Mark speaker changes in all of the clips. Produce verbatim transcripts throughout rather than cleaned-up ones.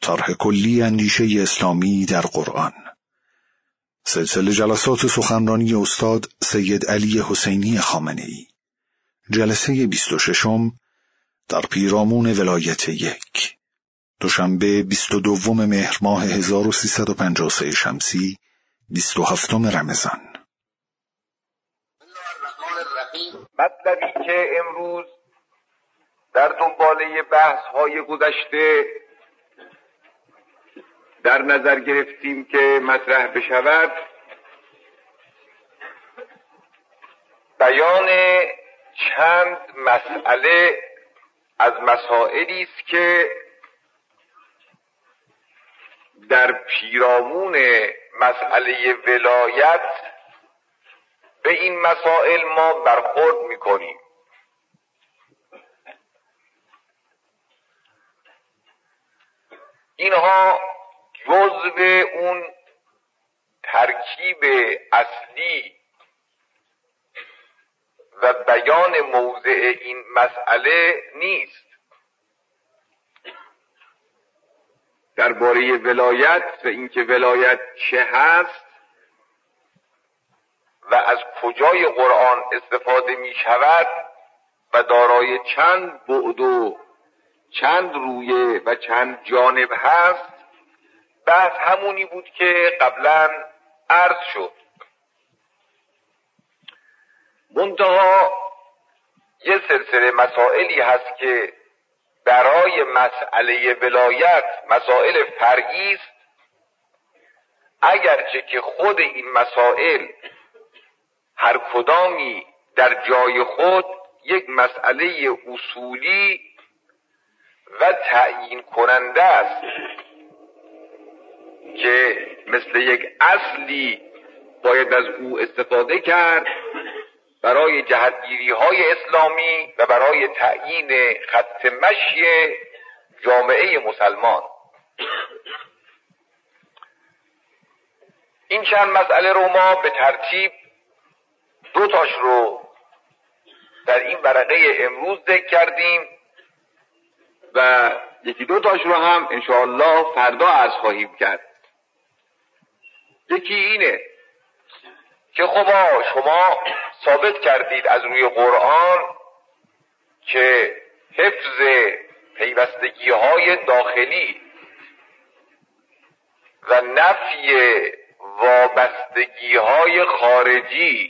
Speaker 1: طرح کلی اندیشه اسلامی در قرآن. سلسله جلسات سخنرانی استاد سید علی حسینی خامنه‌ای. جلسه بیست و ششم در پیرامون ولایت یک. دوشنبه بیست و دوم مهر ماه هزار و سیصد و پنجاه و سه شمسی، بیست و هفتم رمضان.
Speaker 2: مطلبی که امروز در دنباله بحث های گذشته در نظر گرفتیم که مطرح بشود، بیان چند مسئله از مسائلی است که در پیرامون مسئله ولایت به این مسائل ما برخورد می‌کنیم. اینها جزو اون ترکیب اصلی و بیان موضع این مسئله نیست. درباره ولایت و اینکه ولایت چه هست و از کجای قرآن استفاده می شود و دارای چند بعد و چند رویه و چند جانب هست، بحث همونی بود که قبلا عرض شد. منتها یه سلسله مسائلی هست که برای مسئله ولایت مسائل فرعی است، اگرچه که خود این مسائل هر کدامی در جای خود یک مسئله اصولی و تعیین کننده است که مثل یک اصلی باید از او استفاده کرد برای جهتگیری های اسلامی و برای تعیین خط مشی جامعه مسلمان. این چند مسئله رو ما به ترتیب دو تاش رو در این ورقه امروز ذکر کردیم و یکی دو تاش رو هم انشاءالله فردا عرض خواهیم کرد. یکی اینه که خب شما ثابت کردید از روی قرآن که حفظ پیوستگی های داخلی و نفی وابستگی های خارجی،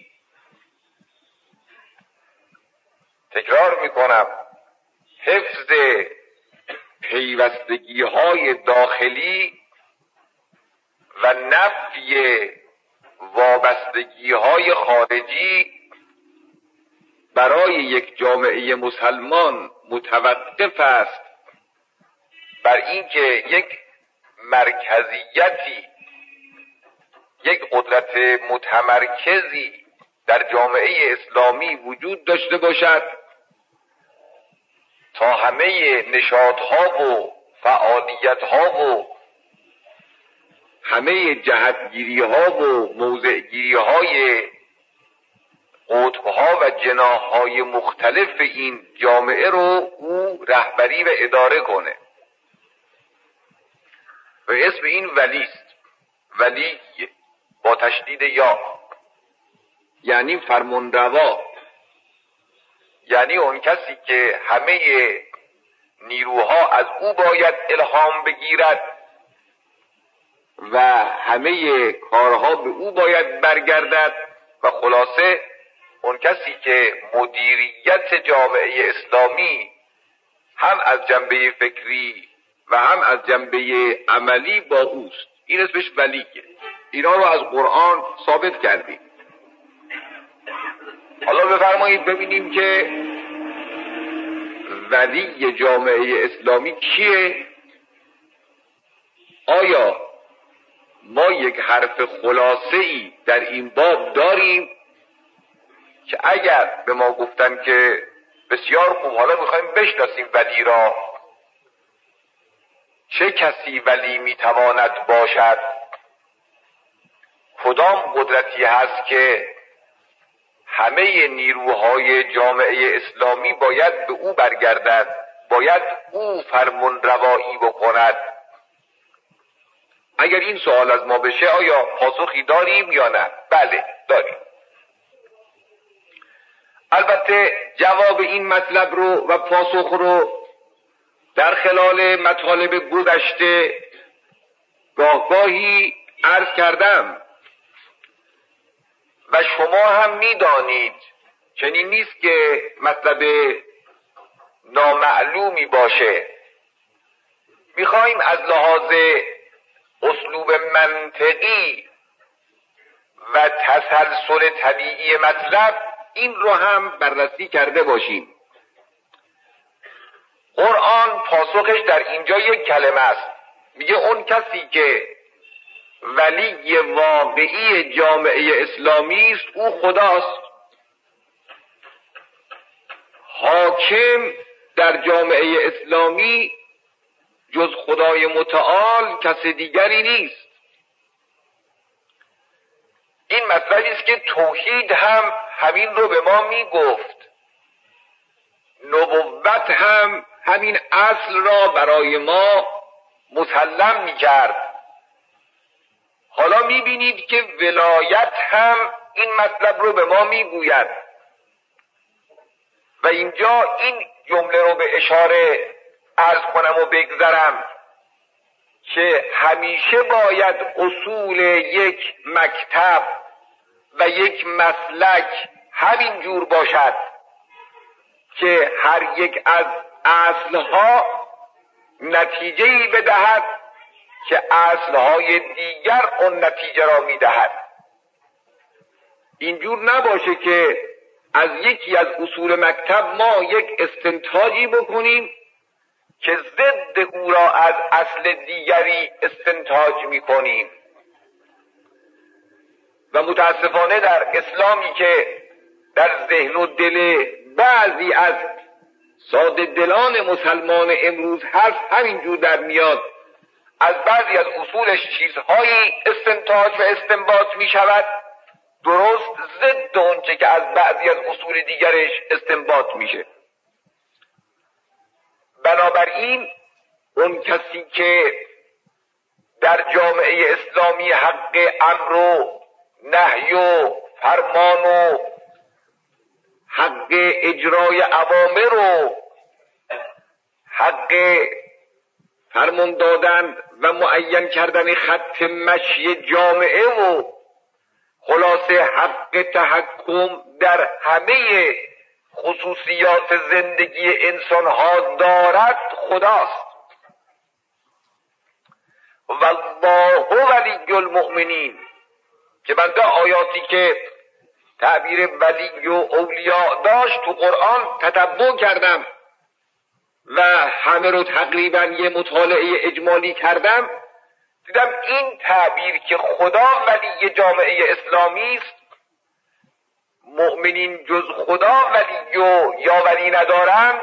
Speaker 2: تکرار میکنم، حفظ پیوستگی های داخلی و نفی وابستگی های خارجی برای یک جامعه مسلمان متوقف است بر اینکه یک مرکزیتی، یک قدرت متمرکزی در جامعه اسلامی وجود داشته باشد تا همه نشاط‌ها و فعالیت‌ها و همه جهتگیری‌ها و موضعگیری‌های قطب‌ها و جناح‌های مختلف این جامعه رو او رهبری و اداره کنه. و اسم این ولی است. ولی با تشدید یا، یعنی فرمانروا، یعنی اون کسی که همه نیروها از او باید الهام بگیرد و همه کارها به او باید برگردد و خلاصه اون کسی که مدیریت جامعه اسلامی هم از جنبه فکری و هم از جنبه عملی با اوست. این اسمش ولیه. اینا رو از قرآن ثابت کردیم. حالا بفرمایید ببینیم که ولی جامعه اسلامی کیه؟ آیا ما یک حرف خلاصه ای در این باب داریم که اگر به ما گفتن که بسیار خوب، حالا میخوایم بشناسیم ولی را، چه کسی ولی میتواند باشد؟ کدام قدرتی هست که همه نیروهای جامعه اسلامی باید به او برگردد، باید او فرمان روایی بکند اگر این سوال از ما بشه آیا پاسخی داریم یا نه؟ بله داریم. البته جواب این مطلب رو و پاسخ رو در خلال مطالب گذشته گاهگاهی عرض کردم و شما هم میدانید، چنین نیست که مطلب نامعلومی باشه. میخوایم از لحاظ اسلوب منطقی و تسلسل طبیعی مطلب این رو هم بررسی کرده باشیم. قرآن پاسخش در اینجا یک کلمه است، میگه اون کسی که ولی واقعی جامعه اسلامی است او خداست. حاکم در جامعه اسلامی جز خدای متعال کس دیگری نیست. این مطلبی است که توحید هم همین رو به ما میگفت، نبوت هم همین اصل را برای ما مسلم میکرد. حالا میبینید که ولایت هم این مطلب رو به ما میگوید و اینجا این جمله رو به اشاره عرض کنم و بگذرم که همیشه باید اصول یک مکتب و یک مسلک همین جور باشد که هر یک از اصلها نتیجه‌ای بدهد که اصلهای دیگر اون نتیجه را میدهد. اینجور نباشه که از یکی از اصول مکتب ما یک استنتاجی بکنیم که ضد او را از اصل دیگری استنتاج میکنیم. و متاسفانه در اسلامی که در ذهن و دل بعضی از ساده دلان مسلمان امروز هست همینجور در میاد، از بعضی از اصولش چیزهایی استنتاج و استنباط می شود درست ضد اونچه که از بعضی از اصول دیگرش استنباط میشه. بنابراین اون کسی که در جامعه اسلامی حق امر و نهی و فرمان و حق اجرای اوامر و حق فرمان دادن و معین کردن خط مشی جامعه و خلاصه حق تحکم در همه خصوصیات زندگی انسانها دارد خداست. والله ولی المؤمنین که بنده آیاتی که تعبیر ولی و اولیاء داشت تو قرآن تتبع کردم و همه رو تقریبا یه مطالعه اجمالی کردم، دیدم این تعبیر که خدا ولی جامعه اسلامی است، مؤمنین جز خدا ولی و یاوری ندارند،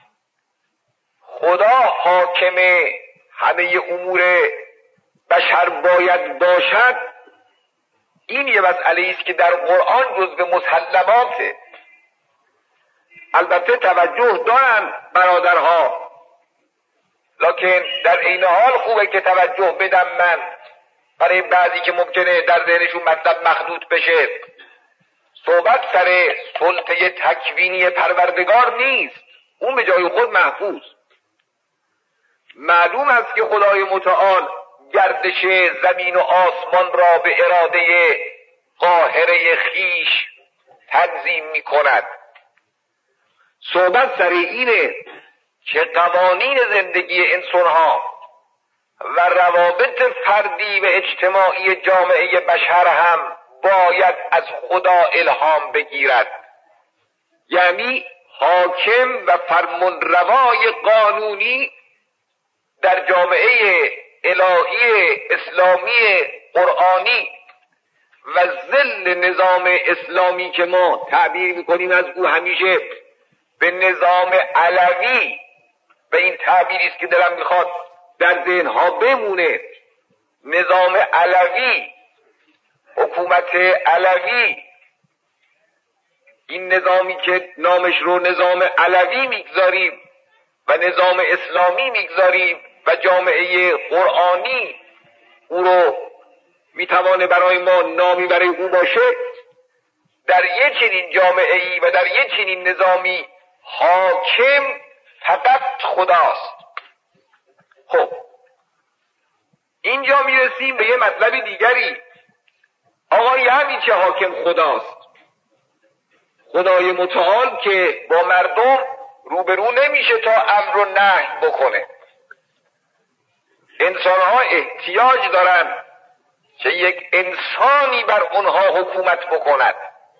Speaker 2: خدا حاکم همه امور بشر باید باشد، این یه مسئله است که در قرآن جزو مسلماته. البته توجه دارن برادرها، لکن در این حال خوبه که توجه بدم من برای بعضی که ممکنه در ذهنشون مطلب مخدوط بشه. صحبت سر سلطه تکوینی پروردگار نیست، اون به جای خود محفوظ. معلوم است که خدای متعال گردش زمین و آسمان را به اراده قاهره خیش تنظیم می کند. صحبت سر اینه که قوانین زندگی انسانها و روابط فردی و اجتماعی جامعه بشر هم باید از خدا الهام بگیرد، یعنی حاکم و فرمانروای قانونی در جامعه الهی اسلامی قرآنی و ظل نظام اسلامی که ما تعبیر میکنیم از او همیشه به نظام علوی، و این تعبیری است که دلم میخواد در ذهنها بمونه، نظام علوی، حکومت علوی، این نظامی که نامش رو نظام علوی میگذاریم و نظام اسلامی میگذاریم و جامعه قرآنی او رو میتوانه برای ما نامی برای او باشه، در یک چنین جامعه ای و در یک چنین نظامی حاکم فقط خداست. خب اینجا میرسیم به یه مطلب دیگری. آقا یعنی چه حاکم خداست؟ خدای متعال که با مردم روبرو نمیشه تا امر و نهی بکنه. انسانها احتیاج دارن که یک انسانی بر اونها حکومت بکند.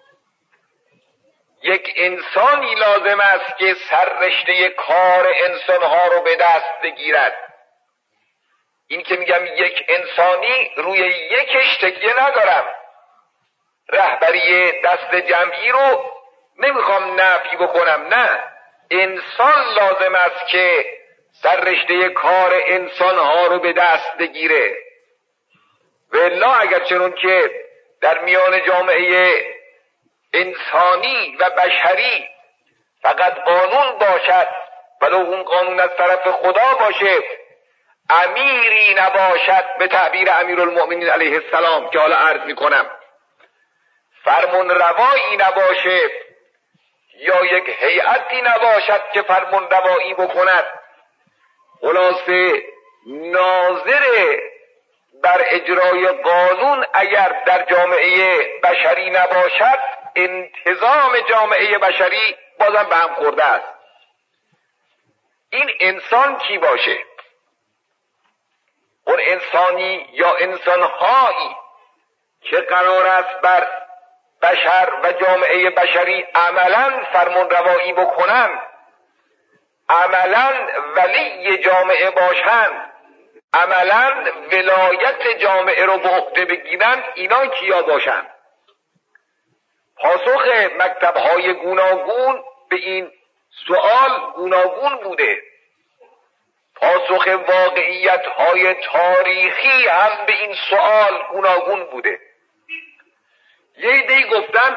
Speaker 2: یک انسانی لازم است که سررشته کار انسانها رو به دست بگیرد. این که میگم یک انسانی، روی یکش تکیه ندارم. رهبری دست جمعی رو نمیخوام نفی بکنم، نه، انسان لازم است که سررشته کار انسانها رو به دست بگیره. و الا اگر چنون که در میان جامعه انسانی و بشری فقط قانون باشد، ولو اون قانون از طرف خدا باشه، امیری نباشد، به تعبیر امیرالمؤمنین علیه السلام که حالا عرض میکنم، فرمان روایی نباشه یا یک هیئتی نباشد که فرمان روایی بکند، خلاصه ناظر بر اجرای قانون اگر در جامعه بشری نباشد، انتظام جامعه بشری بازم به هم خورده است. این انسان کی باشه؟ اون انسانی یا انسانهایی که قرار است بر بشر و جامعه بشری عملاً فرمان روایی بکنن، عملاً ولی جامعه باشن، عملاً ولایت جامعه رو به عهده بگیرن، اینا کیا باشن؟ پاسخ مکتب‌های گوناگون به این سوال گوناگون بوده. پاسخ واقعیت‌های تاریخی هم به این سوال گوناگون بوده. یه عده‌ای گفتن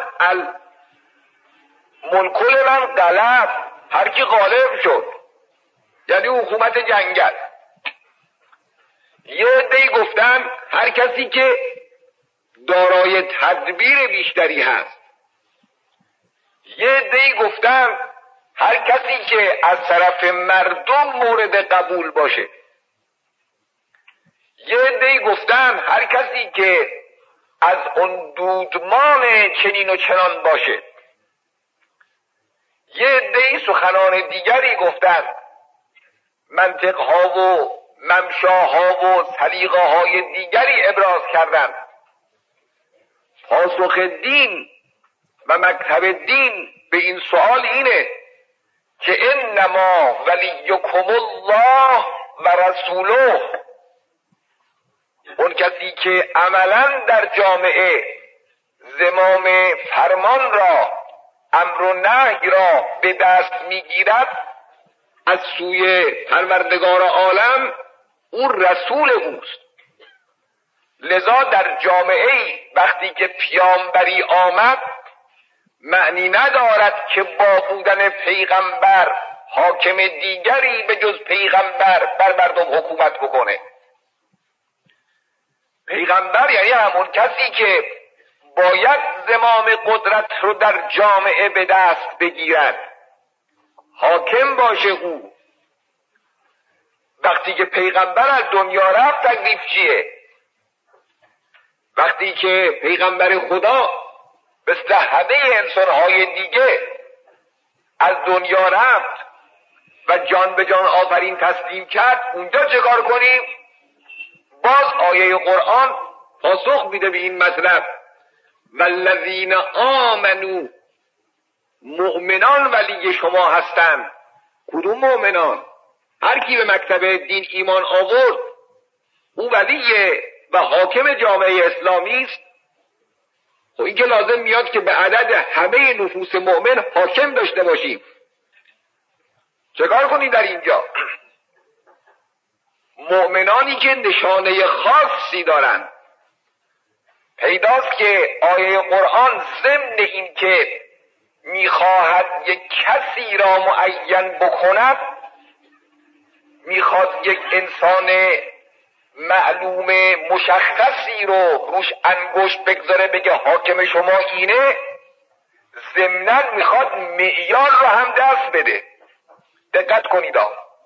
Speaker 2: الملک لمن غلب، هر کی غالب شد، یعنی حکومت جنگل. یه عده‌ای گفتن هر کسی که دارای تدبیر بیشتری هست. یه عده‌ای گفتن هر کسی که از طرف مردم مورد قبول باشه. یه عده‌ای گفتن هر کسی که از اون دودمان چنین و چنان باشه. یه عده‌ای سخنان دیگری گفتن، منطقها و ممشاها و سلیقه‌های دیگری ابراز کردن. پاسخ دین و مکتب دین به این سوال اینه که انما ولیکم الله و رسوله، اون کسی که عملاً در جامعه زمام فرمان را، امر و نهی را به دست میگیرد، از سوی پروردگار عالم اون رسول اوست. لذا در جامعه وقتی که پیامبری آمد، معنی ندارد که با بودن پیغمبر حاکم دیگری به جز پیغمبر بر مردم حکومت بکنه. پیغمبر یعنی همون کسی که باید زمام قدرت رو در جامعه به دست بگیرد، حاکم باشه او. وقتی که پیغمبر از دنیا رفت تکلیف چیه؟ وقتی که پیغمبر خدا مثل همه انسانهای دیگه از دنیا رفت و جان به جان آفرین تسلیم کرد، اونجا چه کار کنیم؟ باز آیه قرآن پاسخ میده به این مطلب. والذین آمنو، مؤمنان ولی شما هستند. کدوم مؤمنان؟ هر کی به مکتب دین ایمان آورد او ولی و حاکم جامعه اسلامی است. خب این که لازم میاد که به عدد همه نفوس مؤمن حاکم داشته باشیم. چکار کنیم در اینجا؟ مؤمنانی که نشانه خاصی دارند. پیداست که آیه قرآن ضمن این که میخواهد یک کسی را معین بکند، میخواد یک انسان معلوم مشخصی رو روش انگشت بگذاره بگه حاکم شما اینه، ضمناً میخواد معیار رو هم دست بده. دقت کنید،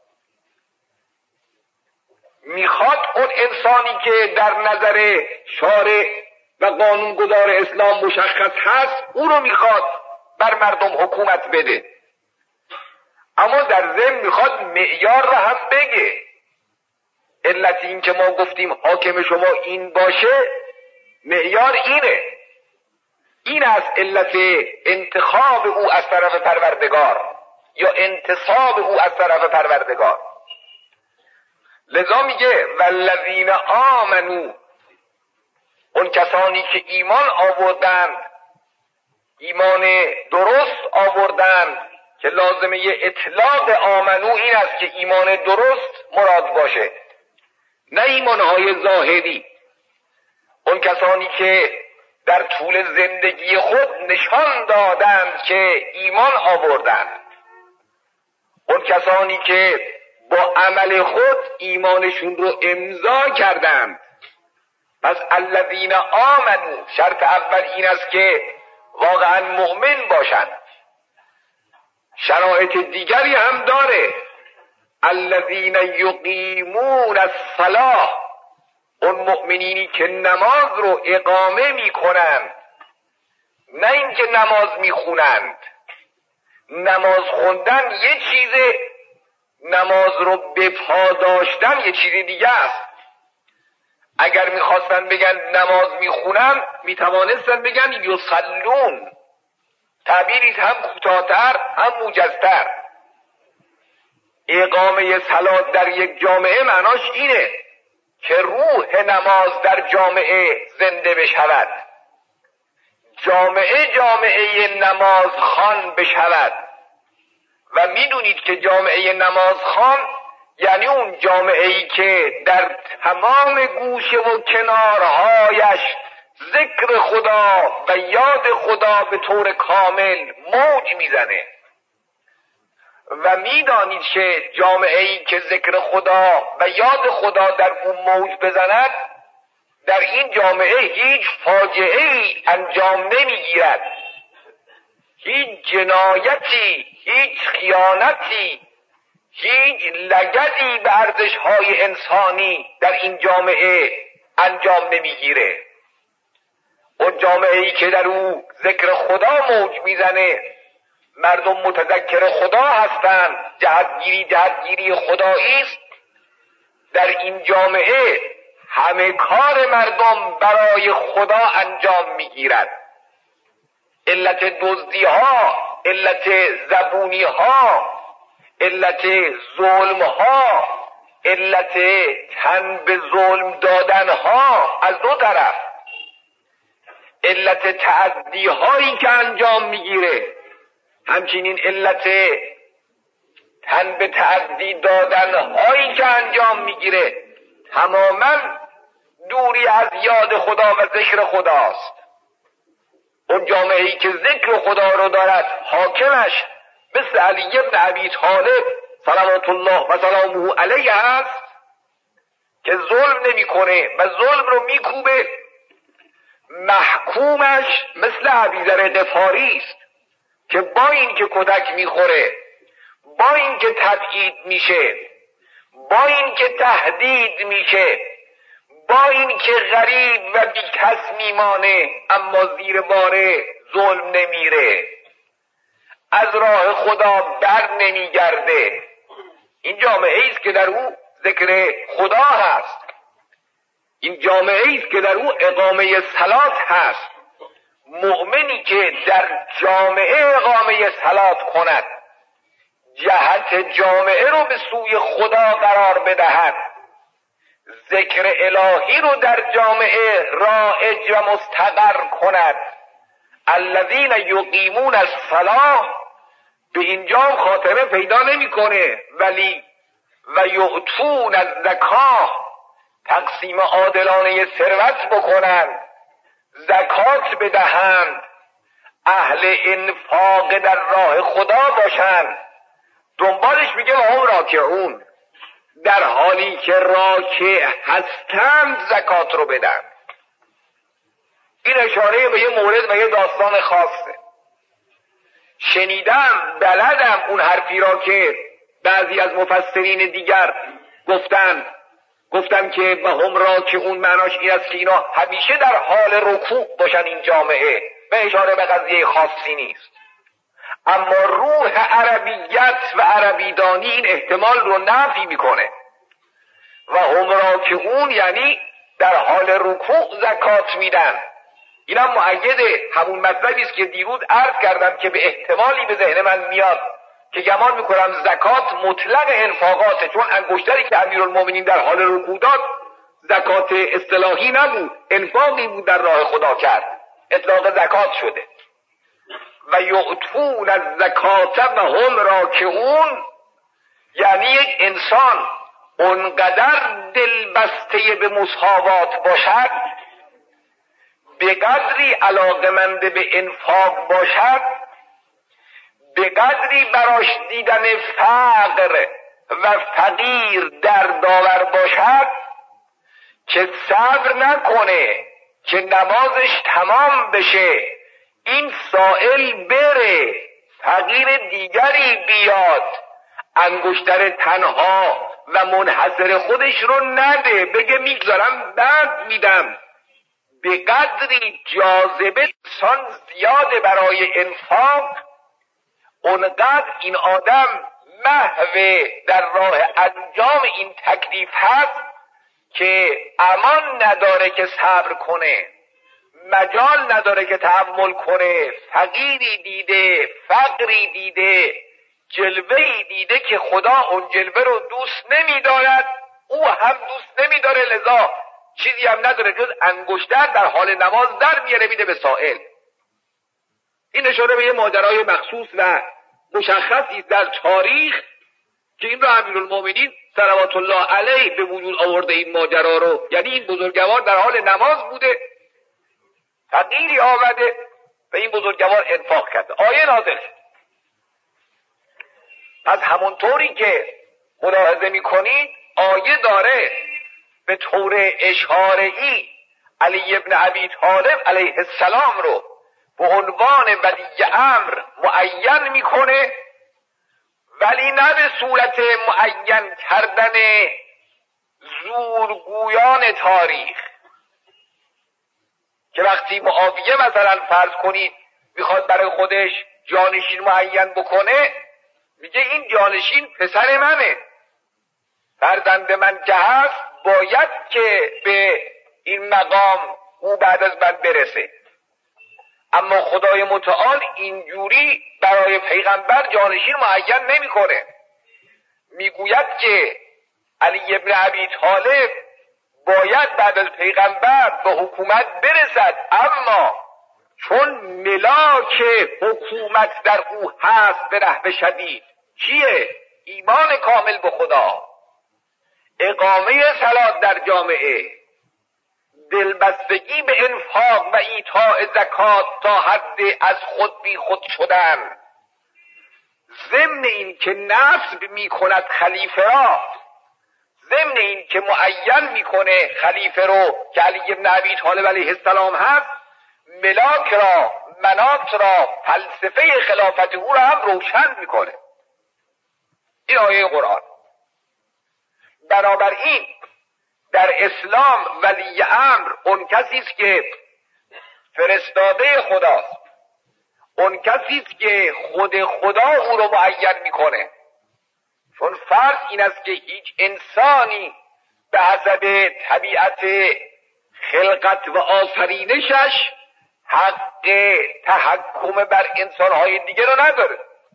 Speaker 2: میخواد اون انسانی که در نظر شارع و قانونگذار اسلام مشخص هست او رو میخواد بر مردم حکومت بده، اما در ضمن میخواد معیار رو هم بگه. علت این که ما گفتیم حاکم شما این باشه، معیار اینه. این است علت انتخاب او از طرف پروردگار یا انتصاب او از طرف پروردگار. لذا میگه والذین آمنو، اون کسانی که ایمان آوردند، ایمان درست آوردند، که لازمه اطلاق آمنو این است که ایمان درست مراد باشه، نه ایمانهای ظاهری. اون کسانی که در طول زندگی خود نشان دادند که ایمان آوردند، اون کسانی که با عمل خود ایمانشون رو امضا کردند. پس الذین آمنو، شرط اول این است که واقعا مؤمن باشند. شرایط دیگری هم داره. الذین یقیمون الصلاة، اون مؤمنینی که نماز رو اقامه میکنند، نه اینکه نماز میخونند. نماز خوندن یه چیزه، نماز رو به پا داشتن یه چیز دیگه است. اگر میخواستن بگن نماز میخونن، میتوانستن بگن یصلون، تعبیری هم کوتاه‌تر هم موجزتر. اقامه صلات در یک جامعه معناش اینه که روح نماز در جامعه زنده بشود، جامعه جامعه نماز خوان بشود. و میدونید که جامعه نماز خوان یعنی اون جامعه ای که در تمام گوشه و کنارهایش ذکر خدا و یاد خدا به طور کامل موج میزنه. و میدانید که جامعه ای که ذکر خدا و یاد خدا در اون موج بزند، در این جامعه هیچ فاجعه ای انجام نمیگیرد، هیچ جنایتی، هیچ خیانتی، هیچ لگدی به ارزش‌های انسانی در این جامعه انجام نمیگیره. اون جامعه ای که در او ذکر خدا موج میزنه، مردم متذکر خدا هستند، جهتگیری جهتگیری خدایی است، در این جامعه همه کار مردم برای خدا انجام میگیرد. علت دزدی ها، علت زبونی ها، علت ظلم ها، علت تن به ظلم دادن ها از دو طرف، علت تعدی هایی که انجام میگیره، همچنین علت تن به تعدی دادن هایی که انجام میگیره، تماما دوری از یاد خدا و ذکر خداست. اون جامعه ای که ذکر خدا رو دارد، حاکمش مثل علی ابن ابی طالب صلوات الله و سلامه علیه است که ظلم نمیکنه و ظلم رو میکوبه. محکومش مثل ابیذر غفاری است که با این که کتک میخوره، با این که تبعید میشه، با این که تهدید میشه، با این که غریب و بیکس میمانه، اما زیر بار ظلم نمیره، از راه خدا بر نمیگرده. این جامعه است که در او ذکر خدا هست، این جامعه است که در او اقامه صلات هست. مؤمنی که در جامعه اقامه صلات کند، جهت جامعه رو به سوی خدا قرار بدهد، ذکر الهی رو در جامعه رایج و مستقر کند، الذین یقیمون الصلاة، به اینجا خاتمه پیدا نمیکنه، ولی و یؤتون الزکاه، تقسیم عادلانه ثروت بکنند، زکات بدهند، اهل انفاق در راه خدا باشند. دنبالش میگه و هم راکعون، در حالی که راکع هستند زکات رو بدن. این اشاره به یه مورد و یه داستان خاصه. شنیدم، بلدم اون حرفی را که بعضی از مفسرین دیگر گفتن گفتن که به هم را که اون معناش این است که اینا همیشه در حال رکوع باشن این جامعه، به اشاره به قضیه خاصی نیست. اما روح عربیت و عربیدانی این احتمال رو نفی میکنه و هم را که اون یعنی در حال رکوع زکات میدن. اینم مؤید همون مطلبی است که دیروز عرض کردم که به احتمالی به ذهن من میاد که گمان میکنم زکات مطلق انفاقاته، چون انگشتری که امیرالمومنین در حال رکوع داد زکات اصطلاحی نبود، انفاقی بود در راه خدا کرد، اطلاق زکات شده. و یعطون از زکات و هم راکعون، یعنی یک انسان اونقدر دلبسته به مساوات باشد، به قدری علاقمند به انفاق باشد، به قدری براش دیدن فقر و فقیر در داور باشد که صبر نکنه که نمازش تمام بشه، این سائل بره فقیر دیگری بیاد، انگشتر تنها و منحصر خودش رو نده، بگه میگذارم بعد میدم. به قدری جاذبه انسان زیاده برای انفاق، اونقدر این آدم محو در راه انجام این تکلیف هست که امان نداره که صبر کنه، مجال نداره که تحمل کنه. فقیری دیده، فقری دیده، جلوه‌ای دیده که خدا اون جلوه رو دوست نمی‌دارد، او هم دوست نمی‌داره، لذا چیزی هم نداره جز انگشتر در حال نماز در میاره میده به سائل. این اشاره به یه ماجرای مخصوص و مشخصی در تاریخ که این رو امیرالمومنین صلوات الله علیه به وجود آورده این ماجرا رو، یعنی این بزرگوار در حال نماز بوده، فقیری آمده و این بزرگوار انفاق کرده، آیه نازل شد. پس همونطوری که ملاحظه میکنید آیه داره به طور اشاره‌ای علی ابن ابی طالب علیه السلام رو به عنوان ولی امر معین میکنه، ولی نه به صورت معین کردن زورگویان تاریخ که وقتی معاویه مثلا فرض کنید میخواد برای خودش جانشین معین بکنه، میگه این جانشین پسر منه، فرزند من که هست باید که به این مقام او بعد از من برسه. اما خدای متعال اینجوری برای پیغمبر جانشین معین نمیکنه، میگوید که علی ابن ابی طالب باید بعد از پیغمبر به حکومت برسد، اما چون ملاک حکومت در او هست به نحو شدید، چیه؟ ایمان کامل به خدا، اقامه صلات در جامعه، دلبستگی به انفاق و ایتاء زکات تا حد از خود بی خود شدن، ضمن این که نصب می کند خلیفه را، ضمن این که معین می کنه خلیفه رو که علی ابن ابی طالب علیه السلام هست، ملاک را، مناط را، فلسفه خلافت او را هم روشن می کنه. این آیه قرآن. بنابراین در اسلام ولی امر اون کسی است که فرستاده خداست، اون کسی است که خود خدا او رو معین میکنه. چون فرض این است که هیچ انسانی به حسب طبیعت خلقت و آفرینشش حق تحکم بر انسانهای دیگه رو نداره.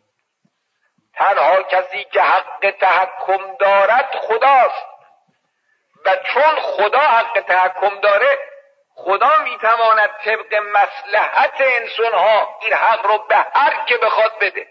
Speaker 2: تنها کسی که حق تحکم دارد خداست و چون خدا حق تحکم داره، خدا میتواند طبق مصلحت انسانها این حق رو به هر که بخواد بده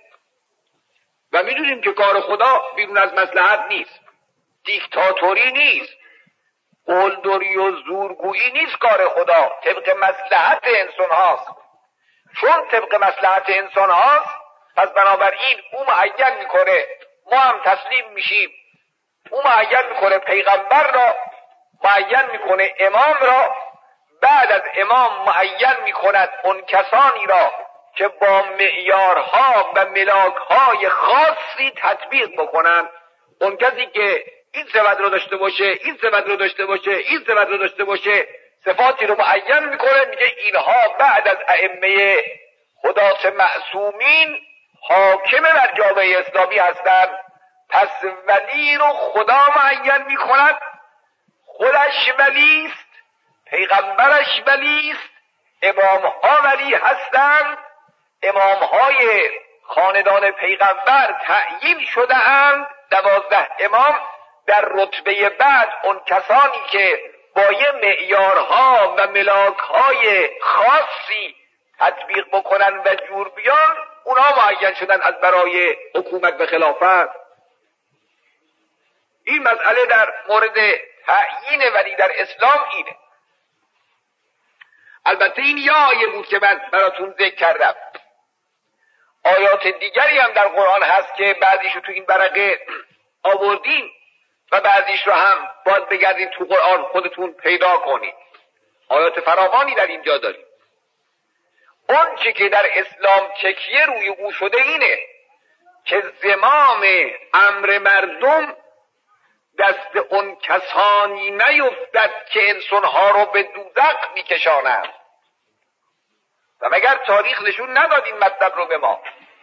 Speaker 2: و میدونیم که کار خدا بیرون از مصلحت نیست، دیکتاتوری نیست، قلدری و زورگویی نیست، کار خدا طبق مصلحت انسان هاست. چون طبق مصلحت انسان هاست پس بنابراین او معین میکنه، ما هم تسلیم میشیم او معین میکنه پیغمبر را، معین میکنه امام را، بعد از امام معین میکند اون کسانی را که با معیارها و ملاکهای خاصی تطبیق بکنن. اون کسی که این صفت رو داشته باشه، این صفت رو داشته باشه، این صفت رو داشته باشه، صفاتی رو معین میکنه، میگه اینها بعد از ائمه خداست معصومین حاکم بر جامعه اسلامی هستند. پس ولی رو خدا معین میکند، خودش ولیست، پیغمبرش ولیست، امامها ولی هستند، امامهای خاندان پیغمبر تعیین شده اند، دوازده امام. در رتبه بعد اون کسانی که با یه معیارها و ملاکهای خاصی تطبیق بکنن و جور بیان، اونا معین شدن از برای حکومت و خلافت. این مسئله در مورد تعیین ولی در اسلام اینه. البته این یه آیه بود که من براتون ذکر کردم. آیات دیگری هم در قرآن هست که بعضیشو تو این ورقه آوردیم و بعضیش رو هم باید بگردید تو قرآن خودتون پیدا کنید. آیات فراوانی در اینجا داریم. اون چی که در اسلام تکیه روی او شده اینه که زمام امر مردم دست اون کسانی نیفتد که انسانها رو به دوزخ میکشانند. و مگر تاریخ نشون نداد این مطلب رو به ما؟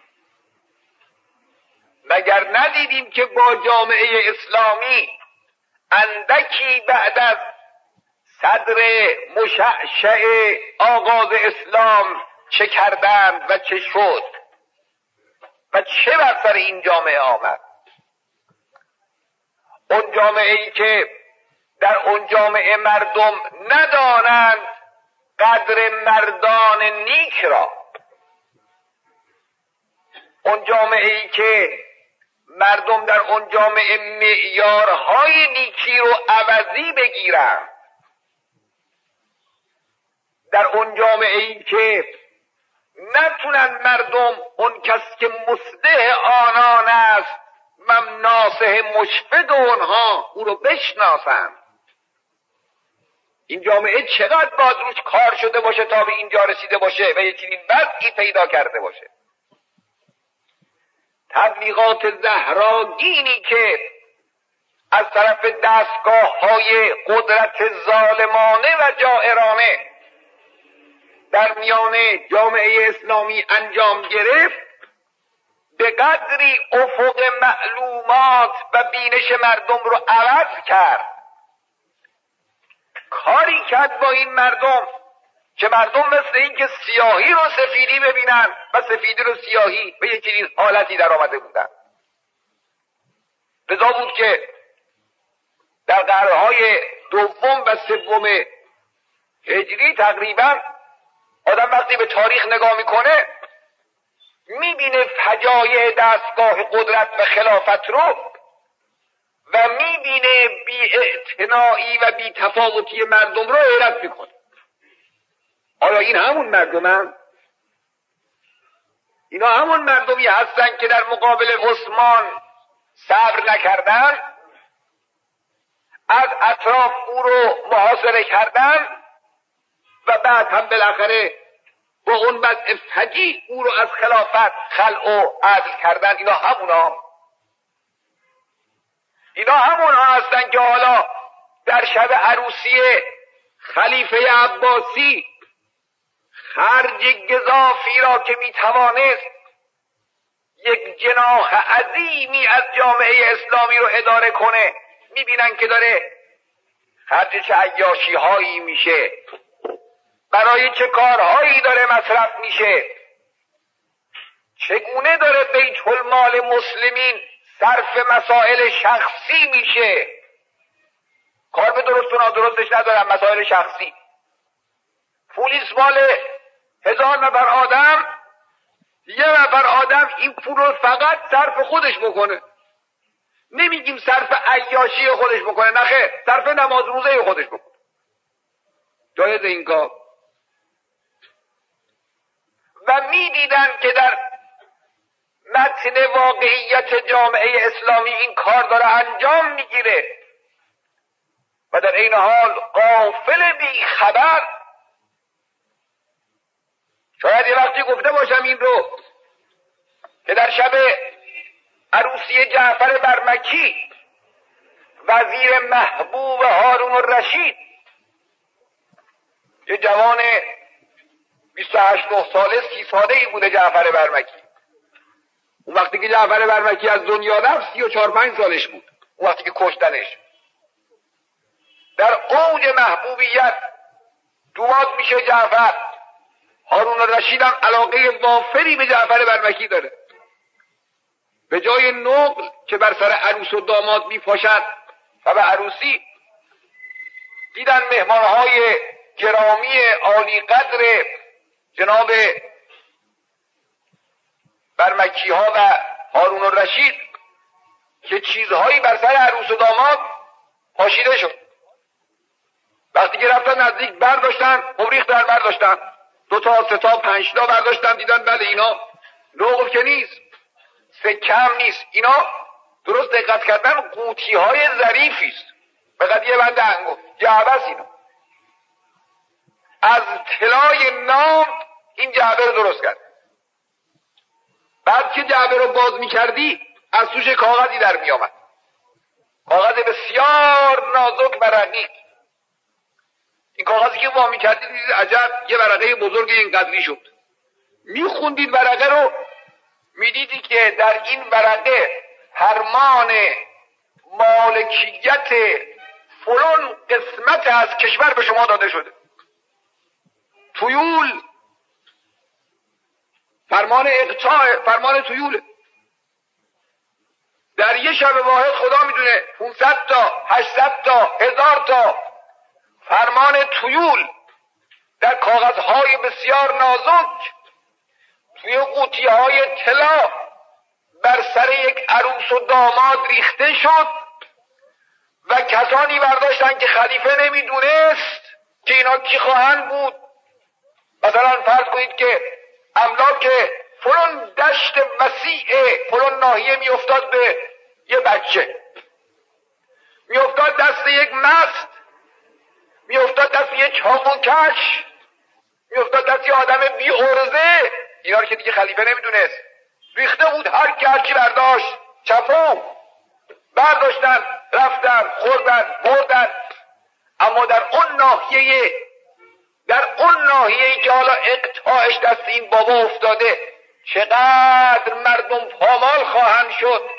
Speaker 2: مگر ندیدیم که با جامعه اسلامی اندکی بعد از صدر مشعشع آغاز اسلام چه کردند و چه شد و چه بر سر این جامعه آمد؟ اون جامعه ای که در اون جامعه مردم ندانند قدر مردان نیک را، اون جامعه ای که مردم در اون جامعه معیارهای نیکی رو عوضی بگیرند، در اون جامعه ای که نتونن مردم اون کس که مصلح آنان است من ناصح مشفق اونها او رو بشناسند. این جامعه چقدر باید روش کار شده باشه تا به اینجا رسیده باشه و یه چنین وضعی پیدا کرده باشه. تبلیغات زهراگینی که از طرف دستگاه های قدرت ظالمانه و جائرانه در میان جامعه اسلامی انجام گرفت، به قدری افق معلومات و بینش مردم رو عوض کرد، کاری کرد با این مردم که مردم مثل این که سیاهی رو سفیدی ببینن و سفیدی رو سیاهی به یک چنین حالتی در آمده بودن. لذا بود که در قرنهای دوم و سوم هجری تقریبا آدم وقتی به تاریخ نگاه میکنه میبینه فجایع دستگاه قدرت و خلافت رو و میبینه بی‌اعتنایی و بی‌تفاوتی مردم رو حیرت میکنه. آیا این همون مردمن؟ اینا همون مردمی هستن که در مقابل عثمان صبر نکردن، از اطراف او رو محاصره کردن و بعد هم بالاخره با اون وضع فجیع او رو از خلافت خلع و عزل کردن. اینا همونا اینا همونا هستن که حالا در شب عروسی خلیفه عباسی خرج گزافی را که میتوانست یک جناح عظیمی از جامعه اسلامی رو اداره کنه، میبینن که داره خرج چه عیاشی هایی میشه، برای چه کارهایی داره مصرف میشه، چگونه داره بیت المال مسلمین صرف مسائل شخصی میشه. کار به درست و نادرستش ندارم، مسائل شخصی. پولیس مال هزار نفر آدم، یه نفر آدم این پول رو فقط صرف خودش بکنه. نمیگیم صرف عیاشی خودش بکنه، نخیر، صرف نماز روزه خودش بکنه. جایز این کار؟ و میدیدن که در متن واقعیت جامعه اسلامی این کار داره انجام میگیره و در این حال غافل بی خبر. شاید یه وقتی گفته باشم این رو که در شب عروسی جعفر برمکی وزیر محبوب هارون الرشید، یه جوان بیست و هشت نه ساله سی ساله ای بوده جعفر برمکی. اون وقتی که جعفر برمکی از دنیا رفت سی و چهار پنج سالش بود. اون وقتی که کشتنش در اوج محبوبیت دوماد میشه جعفر. هارون الرشید هم علاقه وافری به جعفر برمکی داره. به جای نقل که بر سر عروس و داماد میپاشد و به عروسی، دیدن مهمانهای گرامی عالی قدر جناب برمکی ها و هارون الرشید که چیزهایی بر سر عروس و داماد پاشیده شد. وقتی که رفتن نزدیک برداشتن، مبریخ در برداشتن، دو تا سه تا پنج تا برداشتن، دیدن بله اینا نقل که نیست، سکه هم نیست، اینا درست دقت کردن قوطی های ظریفی است، به قدیه بند انگفت، جعبه است. اینا از طلای نام این جعبه رو درست کرد. بعد که جعبه رو باز می کردی از توش کاغذی در می آمد، کاغذ بسیار نازک و رقیق. این کاغذی که وا می کردید دیدید عجب یه ورقه بزرگ این قدری شد. می خوندید ورقه رو، می دیدی که در این ورقه فرمان مالکیت فلان قسمت از کشور به شما داده شده. تویول، فرمان اقطاع، فرمان تویوله. در یه شب واحد خدا میدونه پانصد تا هشتصد تا هزار تا فرمان تویول در کاغذهای بسیار نازک توی قوطی‌های طلا بر سر یک عروس و داماد ریخته شد و کسانی برداشتن که خلیفه نمیدونست که اینا کی خواهند بود. مثلا فرض کنید که املاک فلان دشت وسیع فلان ناحیه میافتاد به یه بچه، میافتاد دست یک مست، میافتاد دست یک چاقوکش، میافتاد دست یک آدم بی عرضه. اینا رو که دیگه خلیفه نمیدونست، ریخته بود، هر کی هر کی برداشت چپو برداشتن، رفتن، خوردن، بردن. اما در اون ناحیه در اون ناحیه‌ای که حالا اقطاعش دست این بابا افتاده، چقدر مردم پامال خواهند شد،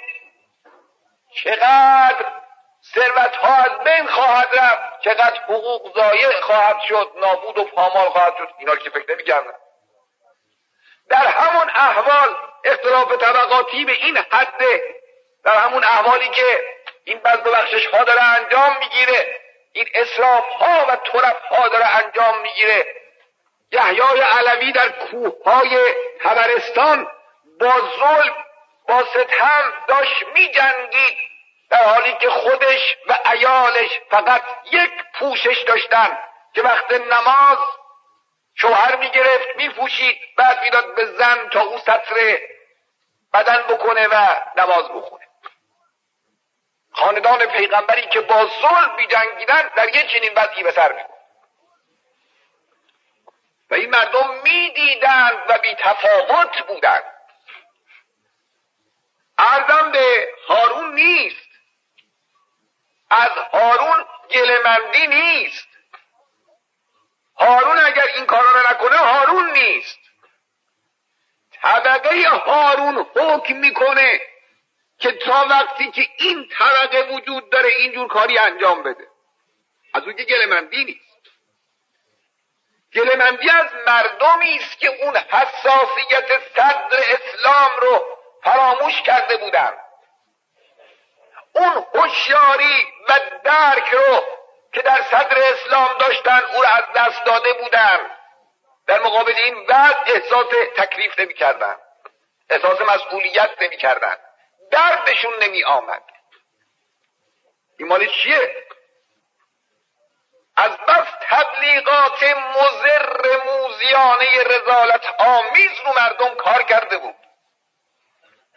Speaker 2: چقدر ثروت ها از بین خواهد رفت، چقدر حقوق ضایع خواهد شد، نابود و پامال خواهد شد. اینا رو که فکر نمی‌کردن. در همون احوال اختلاف طبقاتی به این حده، در همون احوالی که این بزد و بخشش ها داره انجام میگیره، این اسراف ها و طرف ها داره انجام میگیره. یحیای علوی در کوه های طبرستان با ظلم با ستم داشت می جنگید، در حالی که خودش و عیالش فقط یک پوشش داشتن که وقت نماز شوهر می گرفت می پوشید، بعد میداد به زن تا او ستر بدن بکنه و نماز بخونه. خاندان پیغمبری که با ظلم می جنگیدن در یک چنین وضعی به سر می برد و این مردم می دیدند و بی تفاوت بودند. عرضم به هارون نیست، از هارون گله‌مندی نیست. هارون اگر این کارا رو نکنه هارون نیست. طبقه هارون حکم میکنه که تا وقتی که این طبقه وجود داره اینجور کاری انجام بده. از اون که گله‌مندی نیست. گله‌مندی از مردمی است که اون حساسیت صدر اسلام رو فراموش کرده بودند، اون هوشیاری و درک رو که در صدر اسلام داشتن او رو از دست داده بودند. در مقابل این وضع احساس تکلیف نمی کردن، احساس مسئولیت نمی کردن، دردشون نمی آمد. این مال چیه؟ از بس تبلیغات مضر موذیانه رذالت آمیز رو مردم کار کرده بود.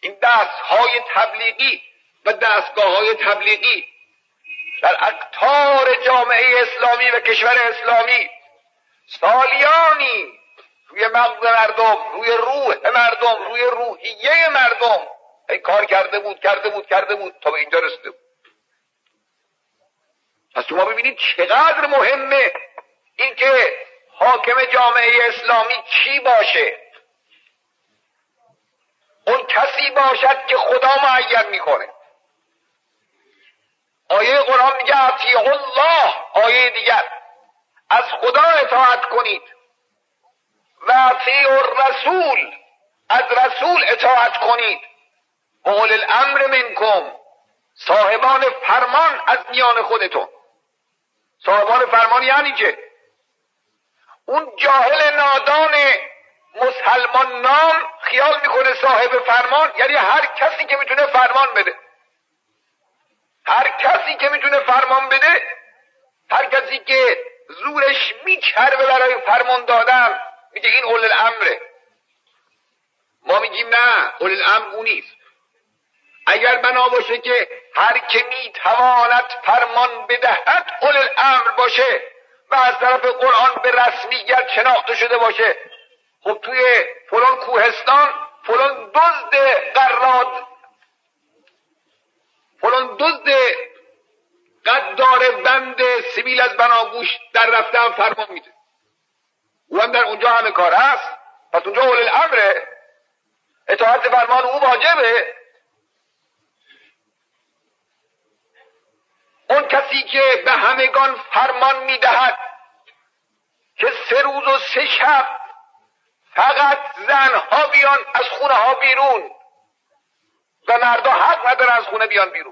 Speaker 2: این دستهای تبلیغی و دستگاه های تبلیغی در اقطار جامعه اسلامی و کشور اسلامی سالیانی روی مغز مردم، روی روح مردم، روی روحیه مردم ای کار کرده بود کرده بود کرده بود تا به اینجا رسیده بود. پس شما ببینید چقدر مهمه اینکه حاکم جامعه اسلامی چی باشه. اون کسی باشد که خدا معین میکنه. آیه قرآن میگه اطیعوا الله، آیه دیگر از خدا اطاعت کنید، و اطیعوا الرسول، از رسول اطاعت کنید، و اولی الامر منکم، صاحبان فرمان از میان خودتون. صاحبان فرمان یعنی چه؟ اون جاهل نادان مسلمان نام خیال میکنه صاحب فرمان یعنی هر کسی که میتونه فرمان بده. هر کسی که میتونه فرمان بده، هر کسی که زورش میچربه برای فرمان دادن، میگه این اولی الامره. ما میگیم نه، اولی الامر اون نیست. اگر بنا باشه که هر که میتواند فرمان بدهد اولی الامر باشه و از طرف قرآن به رسمیت شناخته شده باشه، خب توی فلان کوهستان فلان دزد قراد، فلان دزد قدار بند سبیل از بناگوش در رفتن فرمان میده، او هم در اونجا همه کار هست. پس اونجا اولی الامره، اطاعت فرمان او واجبه. اون کسی که به همگان فرمان میدهد که سه روز و سه شب فقط زنها بیان از خونه ها بیرون و مردا حق ندارن از خونه بیان بیرون،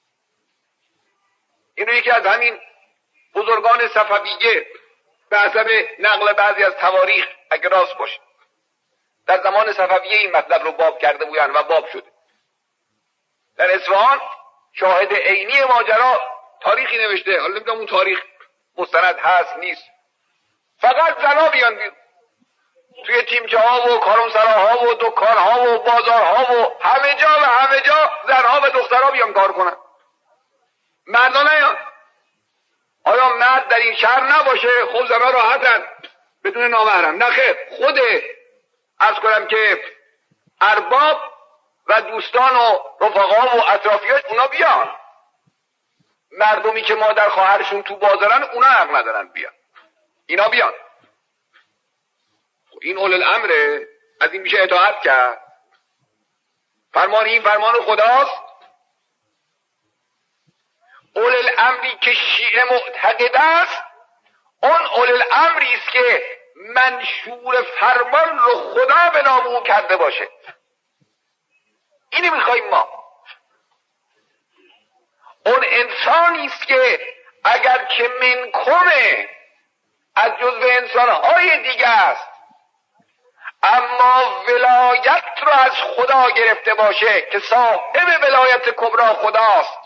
Speaker 2: اینو یکی از همین بزرگان صفویه به حسب نقل بعضی از تواریخ اگر راست باشه در زمان صفویه این مطلب رو باب کرده بودن و باب شده. در اصفهان شاهد عینی ماجرا تاریخی نوشته، حالا نمیدونم اون تاریخ مستند هست نیست، فقط زنا بیان بیرون توی تیمچه ها و کارمسراها و دکان ها و بازار ها و همه جا و همه جا زنها و دخترها بیان کار کنن، مردا نیان. آیا مرد در این شهر نباشه؟ خب زنها راحتن بدون نامحرم. نه خیر، خود عرض کنم که ارباب و دوستان و رفقا و اطرافیاش اونا بیان، مردمی که مادر خواهرشون تو بازارن اونا حق ندارن بیان، اینا بیان. این اولی الامره، از این میشه اطاعت کرد. فرمان این فرمان خداست. اولی الامری که شیعه معتقد است اون اولی الامری است که منشور فرمان رو خدا به نام او کرده باشه. اینی میخوایم ما. اون انسانی است که اگر که منکمه از جزو انسانهای دیگه است اما ولایت رو از خدا گرفته باشه که صاحب ولایت کبرا خداست،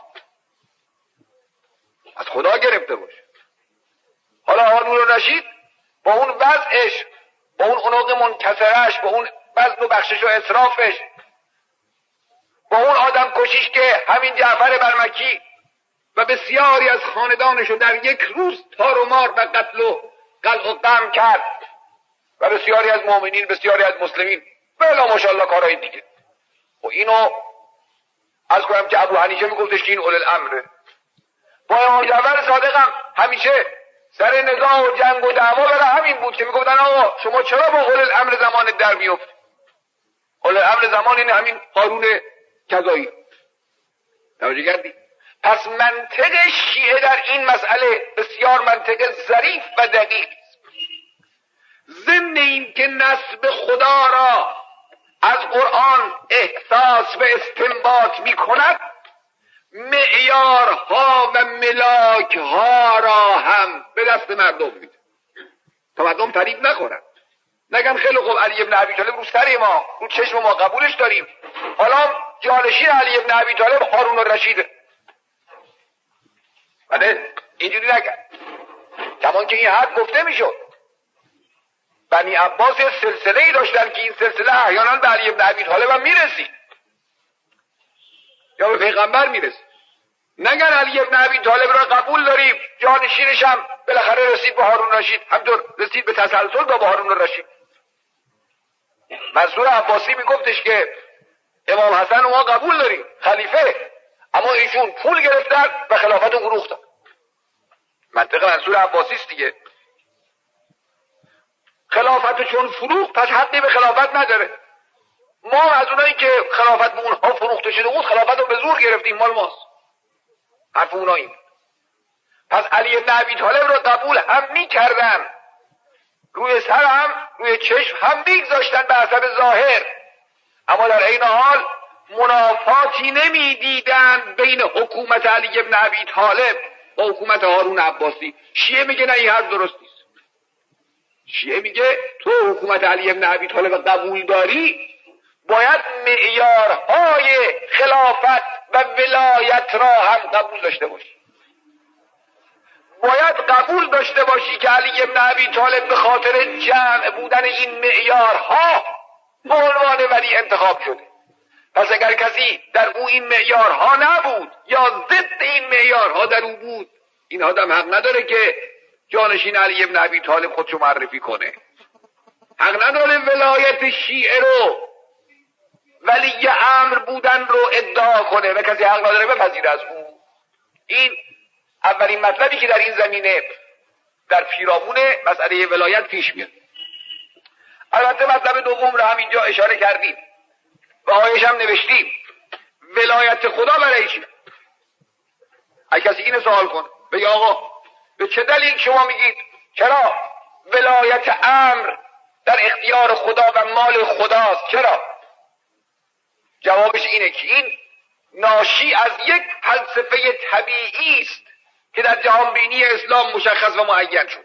Speaker 2: از خدا گرفته باشه. حالا هارون رشید با اون وضعش، با اون عنق منکسرش، با اون بذل و بخشش و اسرافش، با اون آدم کشیش که همین جعفر برمکی و بسیاری از خاندانشو در یک روز تار و مار و قتل و قلع و قم کرد و بسیاری از مؤمنین، بسیاری از مسلمین بلا ماشاءالله کارهای دیگه. و اینو از کنم که ابو حنیفه میگفتش که این اولی الامره. با امام جعفر صادق هم همیشه سر نزاع و جنگ و دعوا برای همین بود که میگفتن آقا شما چرا با اولی الامر زمانت در میفت؟ اولی الامر زمان این همین هارون کذایی. توجه کردی؟ پس منطق شیعه در این مسئله بسیار منطق ظریف و دقیق است. ضمن این که نسب خدا را از قرآن احساس و استنباط می کند، معیارها و ملاکها را هم به دست مردم میده تا مردم تعریف نکنند، نگن خیلی خوب علی ابن ابی طالب رو سر ما، رو چشم ما قبولش داریم، حالا جانشین علی ابن ابی طالب هارون الرشیده. بله اینجوری نگن. کمان که این حد گفته میشد بنی عباس سلسله ای داشتن که این سلسله احیانا به علی ابن ابی طالب هم میرسید. یا به پیغمبر میرسه. نگن علی ابن ابی طالب را قبول داریم، جانشینش هم بالاخره رسید به هارون رشید، همطور رسید به تسلسل با هارون رشید. منصور عباسی میگفتش که امام حسن ما قبول داریم خلیفه، اما ایشون پول گرفتن و خلافت رو فروختن. منطق منصور عباسی است دیگه. خلافت چون فروخت پس حقی به خلافت نداره. ما از اونایی که خلافت به اونها فروخته شده بود خلافت رو به زور گرفتیم، مال ماست. حرف اوناییم. پس علی بن ابی طالب رو قبول هم میکردن، روی سر هم روی چشم هم میگذاشتن به حسب ظاهر، اما در این حال منافاتی نمیدیدن بین حکومت علی بن ابی طالب و حکومت هارون عباسی. شیعه میگه نه این حرف درست نیست. شیعه میگه تو حکومت علی بن ابی طالب قبول داری، باید معیارهای خلافت و ولایت را هم قبول داشته باشی. باید قبول داشته باشی که علی بن ابی طالب به خاطر جمع بودن این معیارها به عنوان ولی انتخاب شده. پس اگر کسی در او این معیارها نبود یا ضد این معیارها در او بود، این آدم حق نداره که جانشین علی بن ابی طالب خودشو معرفی کنه. حق نداره ولایت شیعه رو، ولی امر بودن رو ادعا کنه و کسی حق نداره بپذیره از او. این اولین مطلبی که در این زمینه در پیرامون مسئله ولایت پیش میاد. البته مطلب دوم رو هم اینجا اشاره کردیم و آیش هم نوشتیم. ولایت خدا برای چیه؟ اگه کسی اینو سوال کنه بگه آقا به چه دلیل شما میگید چرا ولایت امر در اختیار خدا و مال خداست؟ چرا؟ جوابش اینه که این ناشی از یک فلسفه طبیعی است که در جهان بینی اسلام مشخص و معین شد.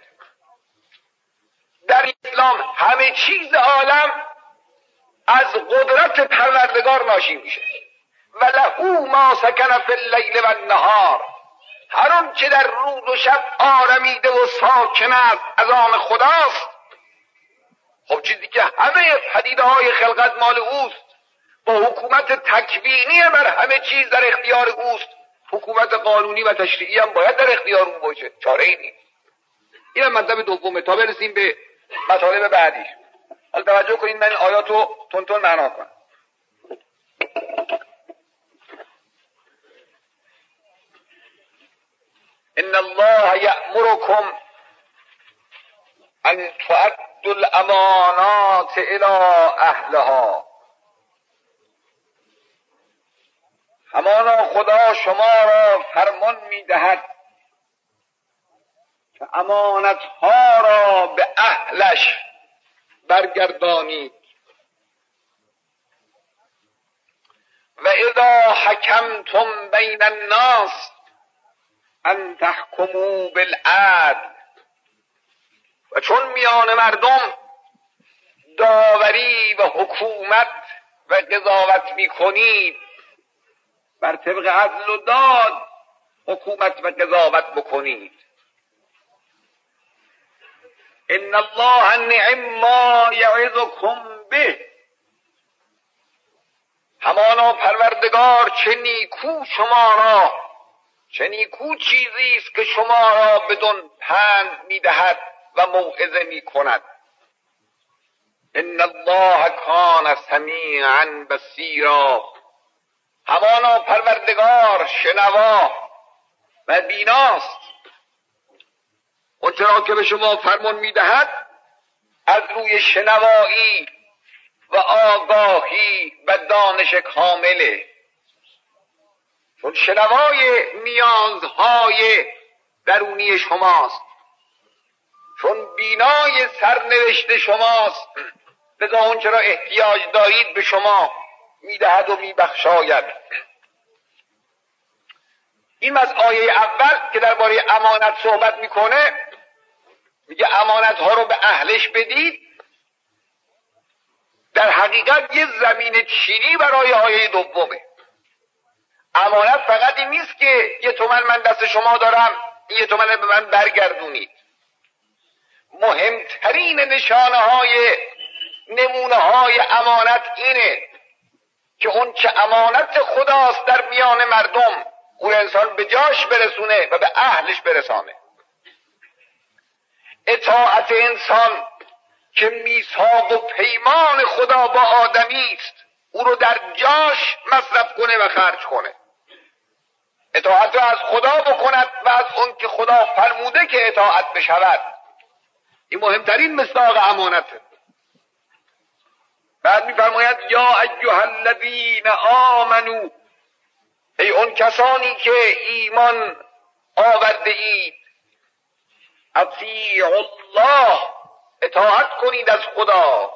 Speaker 2: در اسلام همه چیز عالم از قدرت پروردگار ناشی میشه. و له ما سکن فی اللیل و النهار، هر اون که در روز و شب آرمیده و ساکن است از آن خداست. خب چیزی که همه پدیده های خلقت مال اوست، با حکومت تکوینی بر همه چیز در اختیار اوست، حکومت قانونی و تشریعی هم باید در اختیار اون باشه، چاره ای نیست. این هم مطلب دومه تا برسیم به مطالب بعدیش. حالا توجه کنید، من این آیاتو تون تون معنا کنم. ان الله یأمرکم ان تؤدوا الامانات الی اهلها. همانا خدا شما را فرمان میدهد که امانتها را به اهلش برگردانید. و اذا حکمتم بین الناس ان تحکموا بالعدل، و چون میان مردم داوری و حکومت و قضاوت میکنید، بر طبق عدل و داد حکومت و قضاوت بکنید. ان الله نعم ما یعظکم به، همانا پروردگار چه نیکو شما را، چه نیکو چیزی است که شما را بدون پند میدهد و موعظه میکند. ان الله کان سمیعا بصیرا، همانا پروردگار شنوا و بیناست. اون چرا که به شما فرمان میدهد از روی شنوایی و آگاهی و دانش کامله. چون شنوای نیازهای درونی شماست، چون بینای سرنوشت شماست، لذا اون چرا احتیاج دارید به شما میدهد و میبخشاید. این از آیه اول که درباره امانت صحبت میکنه، میگه امانت ها رو به اهلش بدید. در حقیقت یه زمین چینی برای آیه دومه. امانت فقط این نیست که یه تومن من دست شما دارم، یه تومن به من برگردونید. مهمترین نشانه های نمونه های امانت اینه که اون که امانت خداست در میان مردم اون انسان به جاش برسونه و به اهلش برسانه. اطاعت انسان که میثاق و پیمان خدا با آدمی است او رو در جاش مصرف کنه و خرج کنه. اطاعت رو از خدا بکند و از اون که خدا فرموده که اطاعت بشود. این مهمترین مصداق امانته. بعد می‌فرماید یا ایها الذین آمنو، ای اون کسانی که ایمان آورده اید، اطیعوا الله، اطاعت کنید از خدا،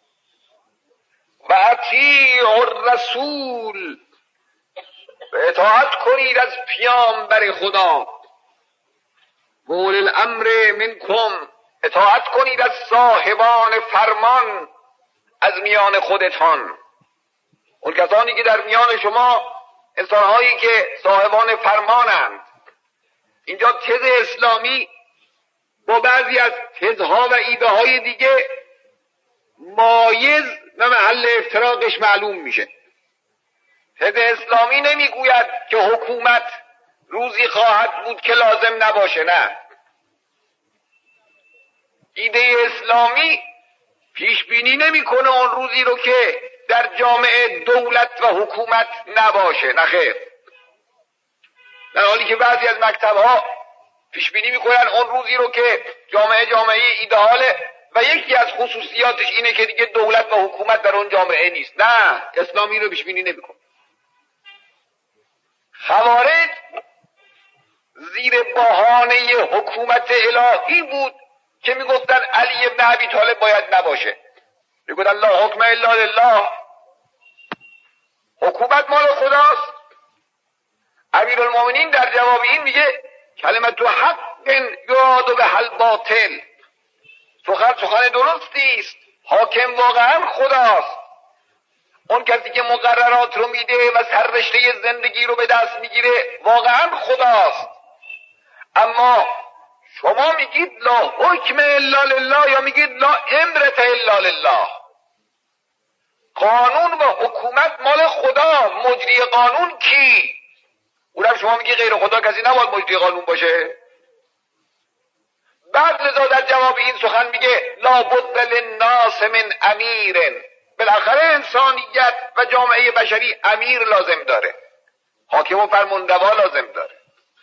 Speaker 2: و اطیعوا الرسول، و اطاعت کنید از پیامبر خدا، و اولی الامر منکم، اطاعت کنید از صاحبان فرمان از میان خودتان. اون کسانی که در میان شما انسانهایی که صاحبان فرمانند. اینجا تز اسلامی با بعضی از تزها و ایده های دیگه مایز و محل افتراقش معلوم میشه. تز اسلامی نمیگوید که حکومت روزی خواهد بود که لازم نباشه، نه. ایده اسلامی پیش بینی نمیکنه اون روزی رو که در جامعه دولت و حکومت نباشه، نه خیر. در حالی که بعضی از مکتب‌ها پیش بینی میکنن اون روزی رو که جامعه جامعه ایدئاله و یکی از خصوصیاتش اینه که دیگه دولت و حکومت در اون جامعه نیست. نه، اسلامی رو پیش بینی نمیکنه. خوارج زیر بهانه حکومت الهی بود که میگفتن علی ابن ابی طالب باید نباشه. میگفتن لا حکم الا لله، حکومت مال خداست. امیرالمومنین در جواب این میگه کلمت حق یراد به حل باطل، سخن سخن درستی است، حاکم واقعا خداست. اون کسی که مقررات رو میده و سررشته زندگی رو به دست میگیره واقعا خداست. اما شما میگید لا حکم الا لله یا میگید لا امرت الا لله. قانون و حکومت مال خدا، مجری قانون کی؟ اونم شما میگی غیر خدا کسی نباید مجری قانون باشه. بعد لذا در جواب این سخن میگه لا بد للناس من امیر، بالاخره انسانیت و جامعه بشری امیر لازم داره، حاکم و فرمانروا لازم داره.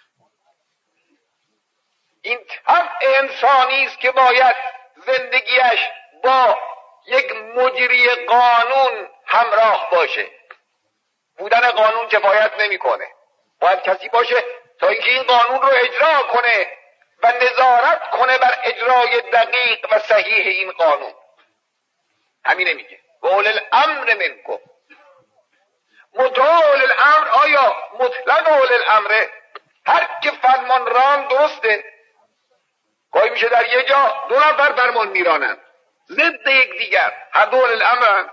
Speaker 2: این طبع انسانی است که باید زندگیش با یک مجری قانون همراه باشه. بودن قانون کفایت نمیکنه، باید کسی باشه تا اینکه این قانون رو اجرا کنه و نظارت کنه بر اجرای دقیق و صحیح این قانون. همین میگه و اولی الامر منکم. مطاع اولی الامر، آیا مطلق اولی الامر؟ هر که فرمان ران درسته. گاهی میشه در یه جا دو نفر فرمان میرانند ضد یک دیگر، هر دو اولی الامر.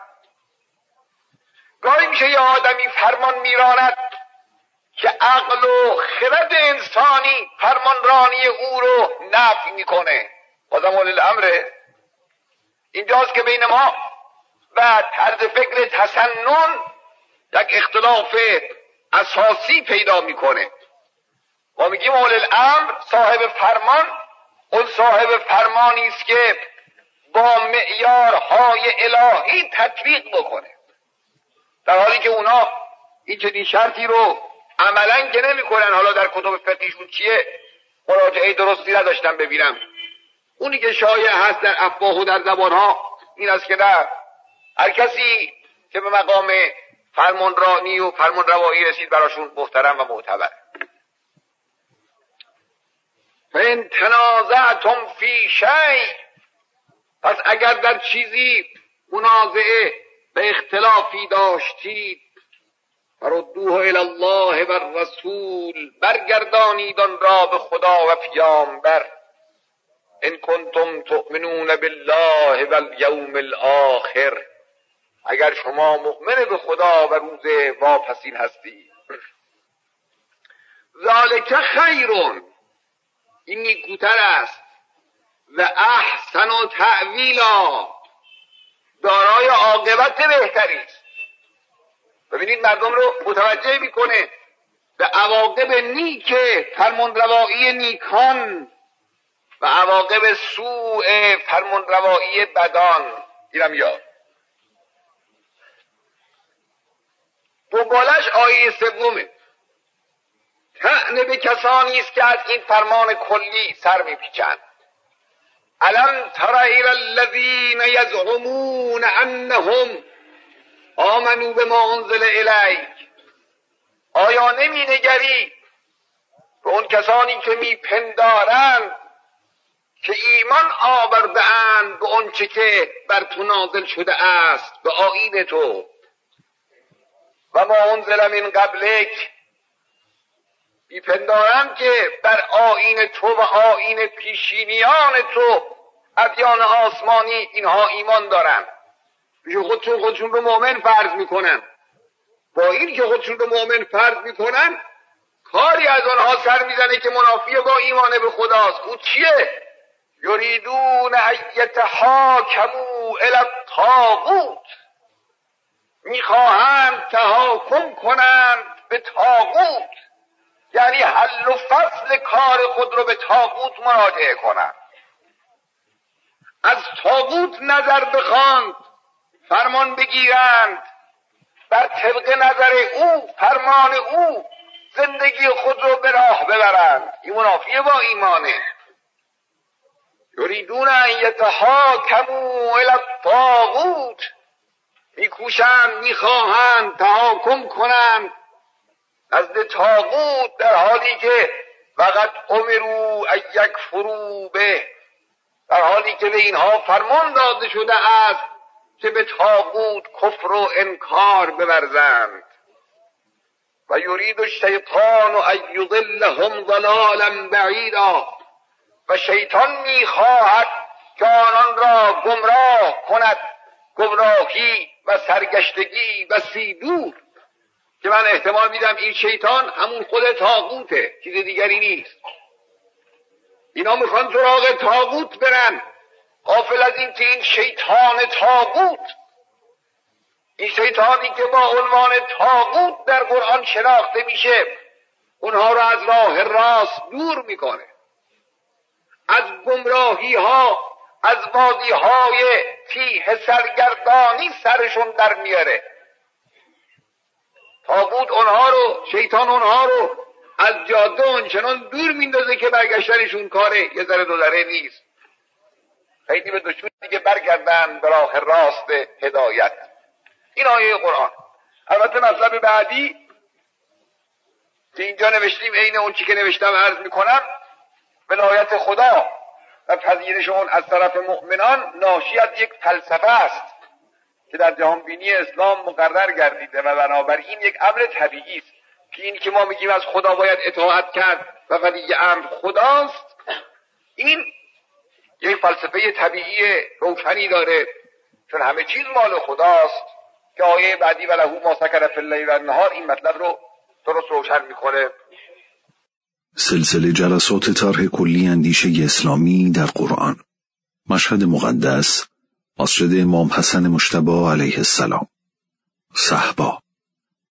Speaker 2: گاهی میشه یه آدمی فرمان میراند که عقل و خرد انسانی فرمانرانی او رو نفی میکنه، بازم اولی الامره. اینجاست که بین ما و طرز فکر تسنن یک اختلاف اساسی پیدا میکنه. ما میگیم اولی الامر صاحب فرمان، اون صاحب فرمانی است که با معیارهای الهی تطبیق بکنه، در حالی که اونا این چنین شرطی رو عملا که نمی کنن. حالا در کتب فقهیشون چیه مراجعه درستی نداشتم ببینم. اونی که شایع هست در افواه و در زبانها این است که نه، هر کسی که به مقام فرمانرانی و فرمانروایی رسید براشون محترم و معتبر. فَإِن تَنَازَعْتُمْ فِي شَيْءٍ، پس اگر در چیزی منازعه به اختلافی داشتید، فردوه الی الله و الرسول، برگردانید آن را به خدا و پیامبر. ان کنتم تؤمنون بالله و الیوم الاخر، اگر شما مؤمن به خدا و روز واپسین هستید. ذالک خیرون، این نیکوتر است، و احسن و تأویلا، دارای عاقبت بهتری است. ببینید مردم رو متوجه میکنه به عواقب نیک فرمانروایی نیکان و عواقب سوء فرمانروایی بدان. اینم یاد. دنبالش آیه سومه. طعنه به کسانی است که از این فرمان کلی سر میپیچند. الم تر الی الذین یزعمون انهم آمنوا بما انزل الیک. آیا نمی نگری به اون کسانی که میپندارند که ایمان آورده‌اند به اون چه که بر تو نازل شده است، به آیین تو، و ما انزل من قبلک، میپندارند که بر آیین تو و آیین پیشینیان تو ادیان آسمانی اینها ایمان دارند. پیش خودشون خودشون رو مؤمن فرض میکنن. با این که خودشون رو مؤمن فرض میکنن کاری از آنها سر میزنه که منافی با ایمان به خداست. او چیه؟ یریدون ان یتحاکموا الی الطاغوت. میخواهند تحاکم کنند به طاغوت، یعنی حل و فصل کار خود رو به طاغوت مراجعه کنند. از طاغوت نظر بخواند، فرمان بگیرند، بر طبق نظر او، فرمان او زندگی خود رو به راه ببرند. این منافیه با ایمانه. یریدون ان یتحاکموا الی الطاغوت، میکوشند، میخواهند تحاکم کنند نزد طاغوت، در حالی که فقط امروا ان یکفروا به، در حالی که به اینها فرمان داده شده است که به طاغوت کفر و انکار بورزند. و یرید الشیطان ان یضلهم ضلالا بعیدا، و شیطان میخواهد که آنان را گمراه کند گمراهی و سرگشتگی و سیدور، که من احتمال میدم این شیطان همون خود طاغوته، چیز دیگری نیست. اینا میخوان سراغ طاغوت برن، غافل از این که این شیطان طاغوت، این شیطانی که با عنوان طاغوت در قرآن شناخته میشه، اونها را از راه راست دور میکنه، از گمراهی ها، از وادی های تیه سرگردانی سرشون در میاره. طاغوت اونها رو، شیطان اونها رو از جاده اونچنان دور میندازه که برگشتنشون کاره یه ذره دو ذره نیست. خیلی به دشمن دیگه برگردن به راه راست هدایت. این آیه قرآن. البته مطلب بعدی که اینجا نوشتیم عین اون چی که نوشتم عرض میکنم. ولایت خدا و پذیرش اون از طرف مؤمنان ناشی از یک فلسفه است که در جهان بینی اسلام مقرر گردیده و بنابراین یک امر طبیعی است که این که ما میگیم از خدا باید اطاعت کرد و ولی امر خداست، این یک فلسفه طبیعی روشنی داره، چون همه چیز مال خداست که آیه بعدی و له ما سکن فی اللیل و النهار این مطلب رو درست روشن میکنه.
Speaker 1: سلسله جلسات طرح کلی اندیشه اسلامی در قرآن. مشهد مقدس، مسجد امام حسن مجتبی علیه السلام، صحبا.